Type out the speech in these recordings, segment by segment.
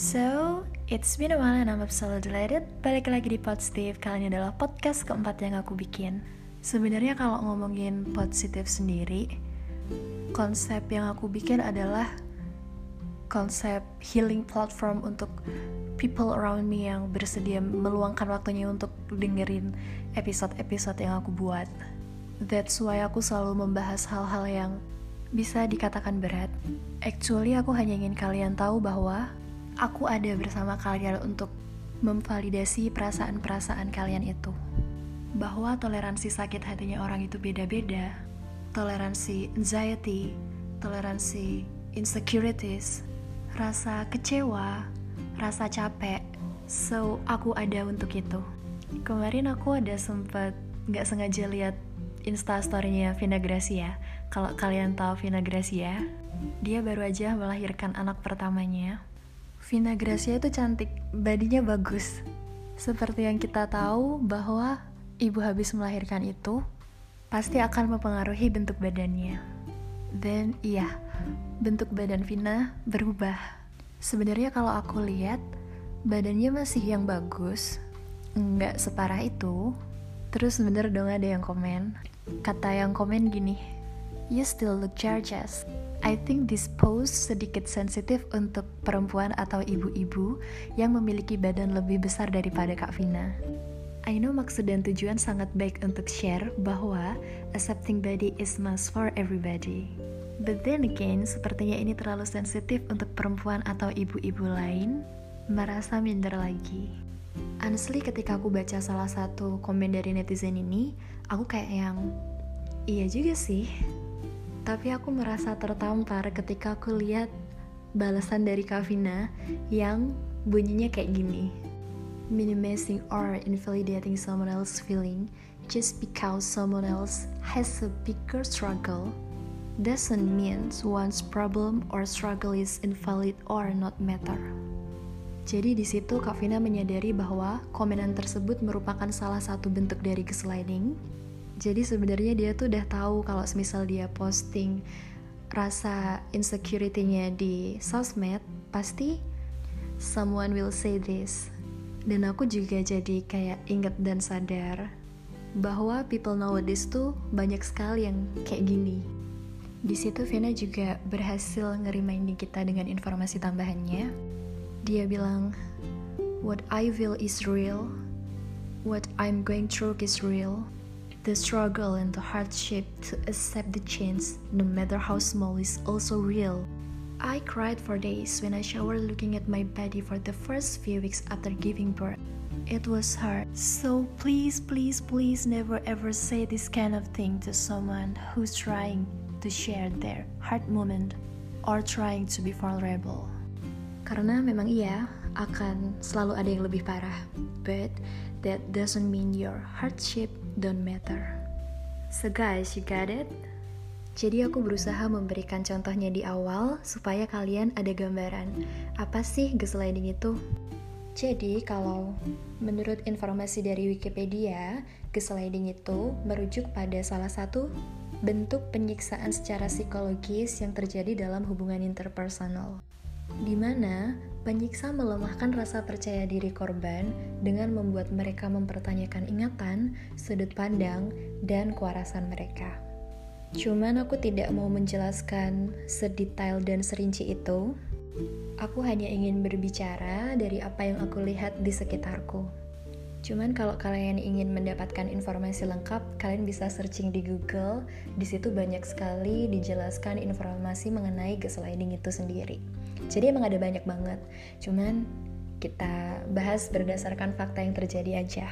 So, it's been a while and I'm absolutely delighted. Balik lagi di Positif. Kali ini adalah podcast keempat yang aku bikin. Sebenarnya kalau ngomongin Positif sendiri, konsep yang aku bikin adalah konsep healing platform untuk people around me yang bersedia meluangkan waktunya untuk dengerin episode-episode yang aku buat. That's why aku selalu membahas hal-hal yang bisa dikatakan berat. Actually, aku hanya ingin kalian tahu bahwa aku ada bersama kalian untuk memvalidasi perasaan-perasaan kalian itu. Bahwa toleransi sakit hatinya orang itu beda-beda. Toleransi anxiety, toleransi insecurities, rasa kecewa, rasa capek. So, aku ada untuk itu. Kemarin aku ada sempet gak sengaja lihat instastory-nya Vina Gracia. Kalau kalian tahu Vina Gracia, dia baru aja melahirkan anak pertamanya. Vina Gracia itu cantik, badinya bagus. Seperti yang kita tahu bahwa ibu habis melahirkan itu pasti akan mempengaruhi bentuk badannya. Dan iya, bentuk badan Vina berubah. Sebenarnya kalau aku lihat, badannya masih yang bagus, nggak separah itu. Terus bener dong ada yang komen. Kata yang komen gini, "You still look gorgeous." I think this post sedikit sensitif untuk perempuan atau ibu-ibu yang memiliki badan lebih besar daripada Kak Vina. I know maksud dan tujuan sangat baik untuk share bahwa accepting body is must for everybody. But then again, sepertinya ini terlalu sensitif untuk perempuan atau ibu-ibu lain merasa minder lagi. Honestly, ketika aku baca salah satu komen dari netizen ini, aku kayak yang, iya juga sih. Tapi aku merasa tertampar ketika aku lihat balasan dari Kak Vina yang bunyinya kayak gini. Minimizing or invalidating someone else's feeling just because someone else has a bigger struggle doesn't mean one's problem or struggle is invalid or not matter. Jadi di situ Kak Vina menyadari bahwa komenan tersebut merupakan salah satu bentuk dari gaslighting. Jadi sebenarnya dia tuh udah tahu kalau semisal dia posting rasa insecurity-nya di sosmed, pasti someone will say this. Dan aku juga jadi kayak inget dan sadar bahwa people nowadays tuh banyak sekali yang kayak gini. Di situ Vina juga berhasil nge-reminding kita dengan informasi tambahannya. Dia bilang, "What I feel is real. What I'm going through is real. The struggle and the hardship to accept the change, no matter how small, is also real. I cried for days when I showered looking at my body for the first few weeks after giving birth. It was hard. So please, please, please never ever say this kind of thing to someone who's trying to share their hard moment or trying to be vulnerable." Karena memang iya, akan selalu ada yang lebih parah. But that doesn't mean your hardship don't matter. So guys, you got it? Jadi aku berusaha memberikan contohnya di awal supaya kalian ada gambaran apa sih gaslighting itu. Jadi kalau menurut informasi dari Wikipedia, gaslighting itu merujuk pada salah satu bentuk penyiksaan secara psikologis yang terjadi dalam hubungan interpersonal, di mana penyiksa melemahkan rasa percaya diri korban dengan membuat mereka mempertanyakan ingatan, sudut pandang, dan kewarasan mereka. Cuman aku tidak mau menjelaskan sedetail dan serinci itu. Aku hanya ingin berbicara dari apa yang aku lihat di sekitarku. Cuman kalau kalian ingin mendapatkan informasi lengkap, kalian bisa searching di Google. Di situ banyak sekali dijelaskan informasi mengenai gaslighting itu sendiri. Jadi emang ada banyak banget. Cuman kita bahas berdasarkan fakta yang terjadi aja.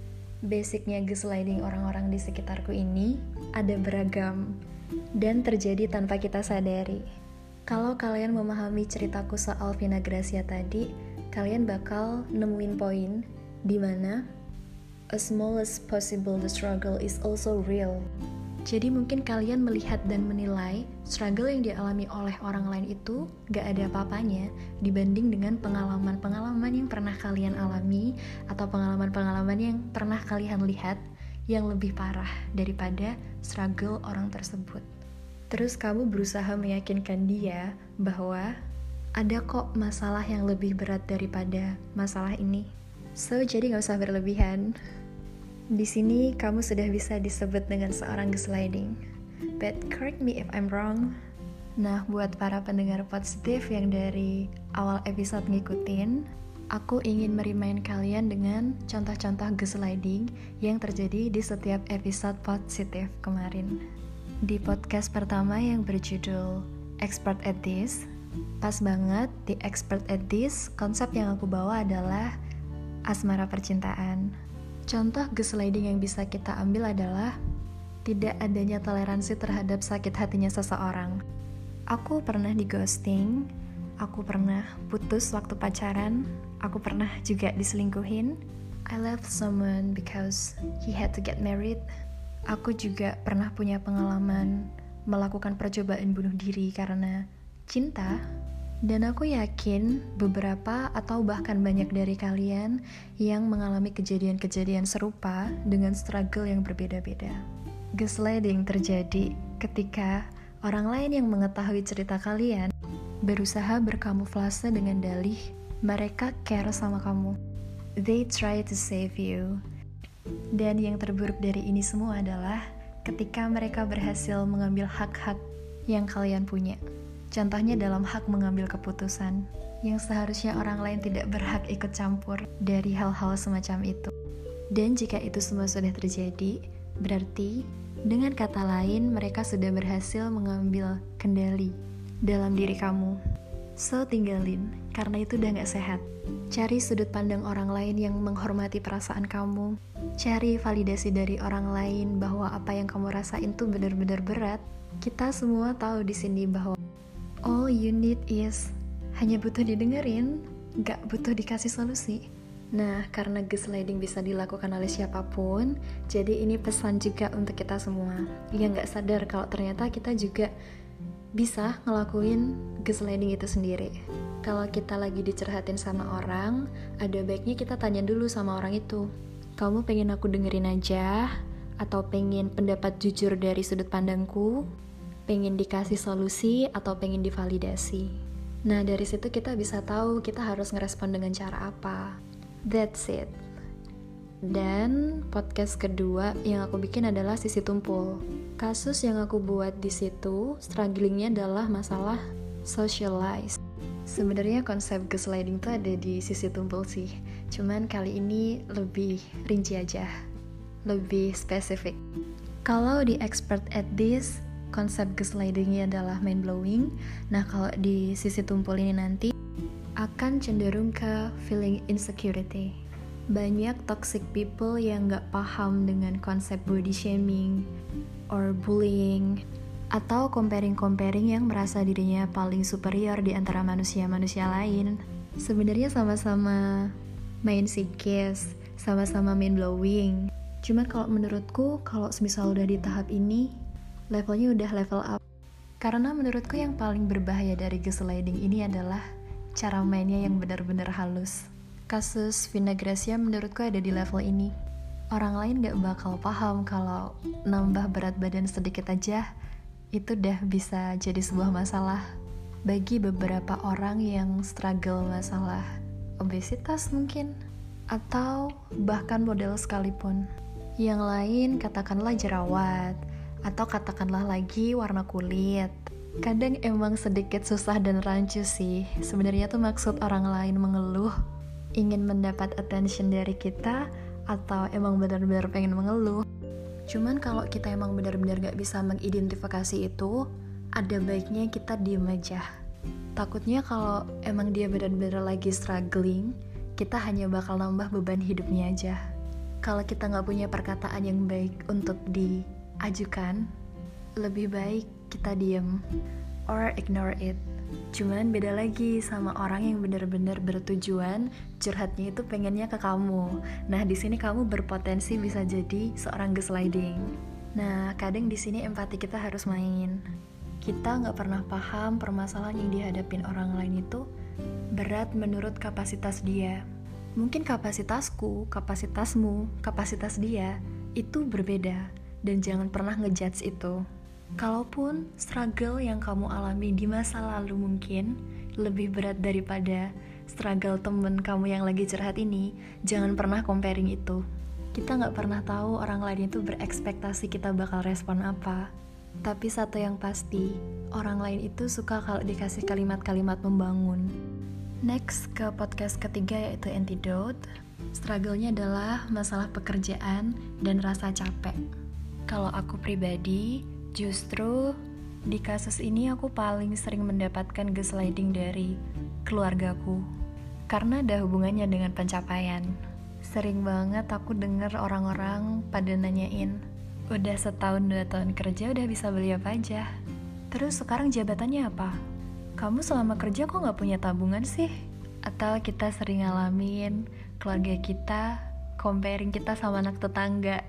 Basicnya gaslighting orang-orang di sekitarku ini ada beragam dan terjadi tanpa kita sadari. Kalau kalian memahami ceritaku soal Vina Gracia tadi, kalian bakal nemuin poin di mana as small as possible the struggle is also real. Jadi mungkin kalian melihat dan menilai struggle yang dialami oleh orang lain itu gak ada apa-apanya dibanding dengan pengalaman-pengalaman yang pernah kalian alami atau pengalaman-pengalaman yang pernah kalian lihat yang lebih parah daripada struggle orang tersebut. Terus kamu berusaha meyakinkan dia bahwa Ada kok masalah yang lebih berat daripada masalah ini. So, jadi gak usah berlebihan. Di sini kamu sudah bisa disebut dengan seorang gaslighting. But correct me if I'm wrong. Nah, buat para pendengar positif yang dari awal episode ngikutin, aku ingin merimain kalian dengan contoh-contoh gaslighting yang terjadi di setiap episode positif kemarin. Di podcast pertama yang berjudul Expert at This, pas banget di Expert at This, konsep yang aku bawa adalah asmara percintaan. Contoh gaslighting yang bisa kita ambil adalah tidak adanya toleransi terhadap sakit hatinya seseorang. Aku pernah di ghosting, aku pernah putus waktu pacaran, aku pernah juga diselingkuhin. I left someone because he had to get married. Aku juga pernah punya pengalaman melakukan percobaan bunuh diri karena cinta. Dan aku yakin beberapa atau bahkan banyak dari kalian yang mengalami kejadian-kejadian serupa dengan struggle yang berbeda-beda. Gaslighting terjadi ketika orang lain yang mengetahui cerita kalian berusaha berkamuflase dengan dalih mereka care sama kamu. They try to save you. Dan yang terburuk dari ini semua adalah ketika mereka berhasil mengambil hak-hak yang kalian punya. Contohnya dalam hak mengambil keputusan yang seharusnya orang lain tidak berhak ikut campur dari hal-hal semacam itu. Dan jika itu semua sudah terjadi, berarti dengan kata lain mereka sudah berhasil mengambil kendali dalam diri kamu. So tinggalin, karena itu udah gak sehat. Cari sudut pandang orang lain yang menghormati perasaan kamu. Cari validasi dari orang lain bahwa apa yang kamu rasain tuh benar-benar berat. Kita semua tahu di sini bahwa all you need is hanya butuh didengerin, gak butuh dikasih solusi. Nah, karena gaslighting bisa dilakukan oleh siapapun, jadi ini pesan juga untuk kita semua yang gak sadar kalau ternyata kita juga bisa ngelakuin gaslighting itu sendiri. Kalau kita lagi dicerhatin sama orang, ada baiknya kita tanya dulu sama orang itu, kamu pengen aku dengerin aja? Atau pengen pendapat jujur dari sudut pandangku? Pengen dikasih solusi atau pengen divalidasi? Nah, dari situ kita bisa tahu kita harus ngerespon dengan cara apa. That's it. Dan podcast kedua yang aku bikin adalah sisi tumpul. Kasus yang aku buat di situ, strugglingnya adalah masalah socialize. Sebenarnya konsep gaslighting tuh ada di sisi tumpul sih. Cuman kali ini lebih rinci aja, lebih spesifik. Kalau di Expert at This, konsep gaslightingnya adalah mind blowing. Nah, kalau di sisi tumpul ini nanti akan cenderung ke feeling insecurity. Banyak toxic people yang gak paham dengan konsep body shaming or bullying atau comparing yang merasa dirinya paling superior di antara manusia-manusia lain. Sebenarnya sama-sama main psikis, sama-sama mind blowing. Cuman kalau menurutku, kalau semisal udah di tahap ini, levelnya udah level up. Karena menurutku yang paling berbahaya dari gaslighting ini adalah cara mainnya yang benar-benar halus. Kasus Vina Gracia menurutku ada di level ini. Orang lain gak bakal paham kalau nambah berat badan sedikit aja itu udah bisa jadi sebuah masalah. Bagi beberapa orang yang struggle masalah obesitas mungkin, atau bahkan model sekalipun. Yang lain katakanlah jerawat, atau katakanlah lagi warna kulit. Kadang emang sedikit susah dan rancu sih. Sebenarnya tuh maksud orang lain mengeluh, ingin mendapat attention dari kita, atau emang benar-benar pengen mengeluh. Cuman kalau kita emang benar-benar gak bisa mengidentifikasi itu, ada baiknya kita diem aja. Takutnya kalau emang dia benar-benar lagi struggling, kita hanya bakal nambah beban hidupnya aja. Kalau kita gak punya perkataan yang baik untuk diajukan, lebih baik kita diem or ignore it. Cuman beda lagi sama orang yang benar-benar bertujuan curhatnya itu pengennya ke kamu. Nah, di sini kamu berpotensi bisa jadi seorang gaslighting. Nah, kadang di sini empati kita harus main. Kita nggak pernah paham permasalahan yang dihadapin orang lain itu berat menurut kapasitas dia. Mungkin kapasitasku, kapasitasmu, kapasitas dia itu berbeda, dan jangan pernah ngejudge itu. Kalaupun struggle yang kamu alami di masa lalu mungkin lebih berat daripada struggle temen kamu yang lagi curhat ini, jangan pernah comparing itu. Kita gak pernah tahu orang lain itu berekspektasi kita bakal respon apa. Tapi satu yang pasti, orang lain itu suka kalau dikasih kalimat-kalimat membangun. Next ke podcast ketiga yaitu Antidote. Struggle-nya adalah masalah pekerjaan dan rasa capek. Kalau aku pribadi, justru di kasus ini aku paling sering mendapatkan gaslighting dari keluargaku. Karena ada hubungannya dengan pencapaian. Sering banget aku dengar orang-orang pada nanyain, udah setahun 2 tahun kerja udah bisa beli apa aja? Terus sekarang jabatannya apa? Kamu selama kerja kok gak punya tabungan sih? Atau kita sering ngalamin keluarga kita comparing kita sama anak tetangga.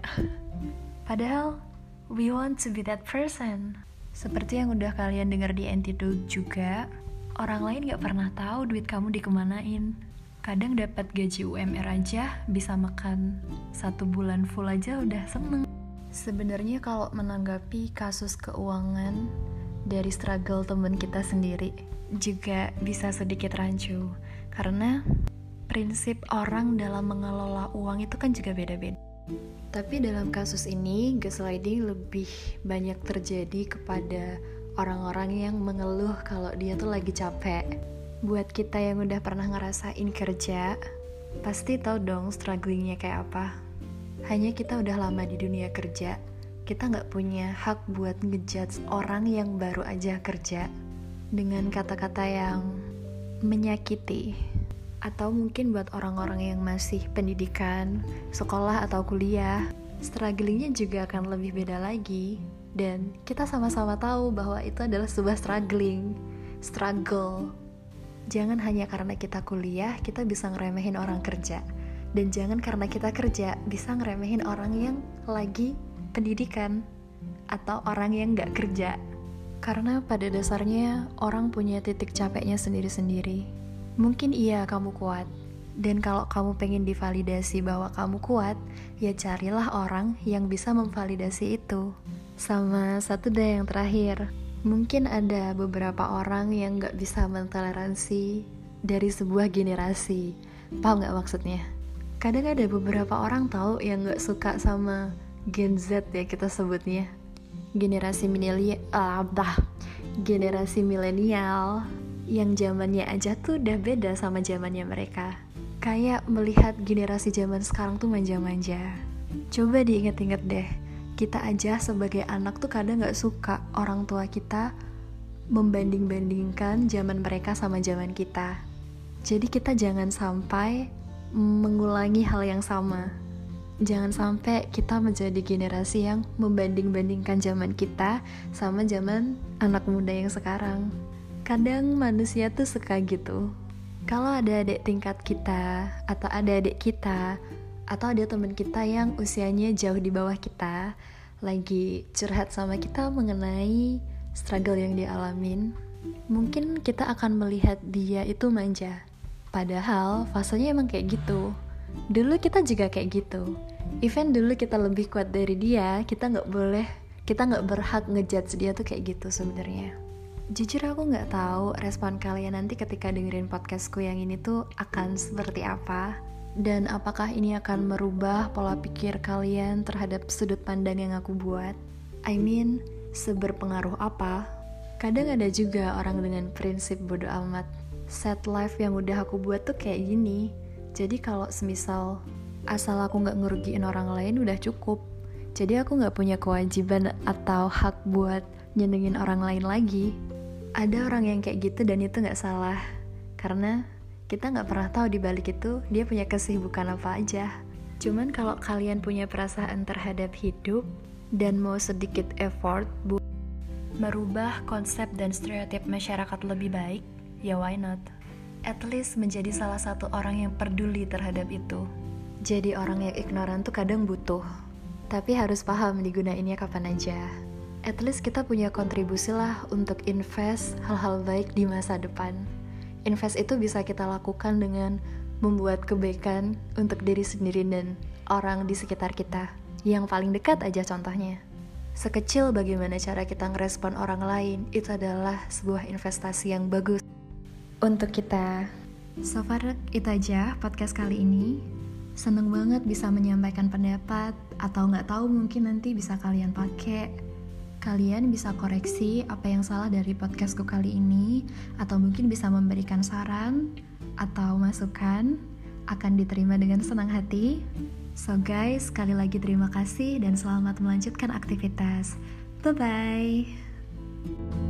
Padahal we want to be that person. Seperti yang udah kalian dengar di Antidote juga, orang lain gak pernah tahu duit kamu dikemanain. Kadang dapat gaji UMR aja bisa makan 1 bulan full aja udah seneng. Sebenarnya kalau menanggapi kasus keuangan dari struggle temen kita sendiri juga bisa sedikit rancu, karena prinsip orang dalam mengelola uang itu kan juga beda-beda. Tapi dalam kasus ini gaslighting lebih banyak terjadi kepada orang-orang yang mengeluh kalau dia tuh lagi capek. Buat kita yang udah pernah ngerasain kerja, pasti tahu dong strugglingnya kayak apa. Hanya kita udah lama di dunia kerja, kita gak punya hak buat ngejudge orang yang baru aja kerja dengan kata-kata yang menyakiti. Atau mungkin buat orang-orang yang masih pendidikan, sekolah atau kuliah, strugglingnya juga akan lebih beda lagi. Dan kita sama-sama tahu bahwa itu adalah sebuah struggle. Jangan hanya karena kita kuliah, kita bisa ngeremehin orang kerja. Dan jangan karena kita kerja, bisa ngeremehin orang yang lagi pendidikan atau orang yang gak kerja. Karena pada dasarnya orang punya titik capeknya sendiri-sendiri. Mungkin iya kamu kuat, dan kalau kamu pengen divalidasi bahwa kamu kuat, ya carilah orang yang bisa memvalidasi itu. Sama satu deh yang terakhir, mungkin ada beberapa orang yang gak bisa mentoleransi dari sebuah generasi. Paham gak maksudnya? Kadang ada beberapa orang tahu yang gak suka sama Gen Z ya kita sebutnya, generasi milenial yang zamannya aja tuh udah beda sama zamannya mereka. Kayak melihat generasi zaman sekarang tuh manja-manja. Coba diinget-inget deh, kita aja sebagai anak tuh kadang gak suka orang tua kita membanding-bandingkan zaman mereka sama zaman kita. Jadi kita jangan sampai mengulangi hal yang sama. Jangan sampai kita menjadi generasi yang membanding-bandingkan zaman kita sama zaman anak muda yang sekarang. Kadang manusia tuh suka gitu. Kalau ada adik tingkat kita, atau ada adik kita, atau ada teman kita yang usianya jauh di bawah kita, lagi curhat sama kita mengenai struggle yang dialamin, mungkin kita akan melihat dia itu manja. Padahal fasenya emang kayak gitu. Dulu kita juga kayak gitu. Even dulu kita lebih kuat dari dia, kita nggak berhak ngejudge dia tuh kayak gitu sebenarnya. Jujur aku nggak tahu respon kalian nanti ketika dengerin podcastku yang ini tuh akan seperti apa, dan apakah ini akan merubah pola pikir kalian terhadap sudut pandang yang aku buat. I mean, seberpengaruh apa? Kadang ada juga orang dengan prinsip bodo amat. Set life yang udah aku buat tuh kayak gini. Jadi kalau semisal asal aku gak ngerugiin orang lain udah cukup. Jadi aku gak punya kewajiban atau hak buat nyenengin orang lain lagi. Ada orang yang kayak gitu dan itu gak salah. Karena kita gak pernah tahu di balik itu dia punya kesibukan apa aja. Cuman kalau kalian punya perasaan terhadap hidup dan mau sedikit effort buat merubah konsep dan stereotip masyarakat lebih baik, ya why not? At least menjadi salah satu orang yang peduli terhadap itu. Jadi orang yang ignoran tuh kadang butuh, tapi harus paham digunainnya kapan aja. At least kita punya kontribusi lah untuk invest hal-hal baik di masa depan. Invest itu bisa kita lakukan dengan membuat kebaikan untuk diri sendiri dan orang di sekitar kita. Yang paling dekat aja contohnya. Sekecil bagaimana cara kita ngerespon orang lain, itu adalah sebuah investasi yang bagus untuk kita. So far itu aja podcast kali ini. Seneng banget bisa menyampaikan pendapat, atau nggak tahu mungkin nanti bisa kalian pakai. Kalian bisa koreksi apa yang salah dari podcastku kali ini, atau mungkin bisa memberikan saran atau masukan, akan diterima dengan senang hati. So guys, sekali lagi terima kasih dan selamat melanjutkan aktivitas. Bye-bye.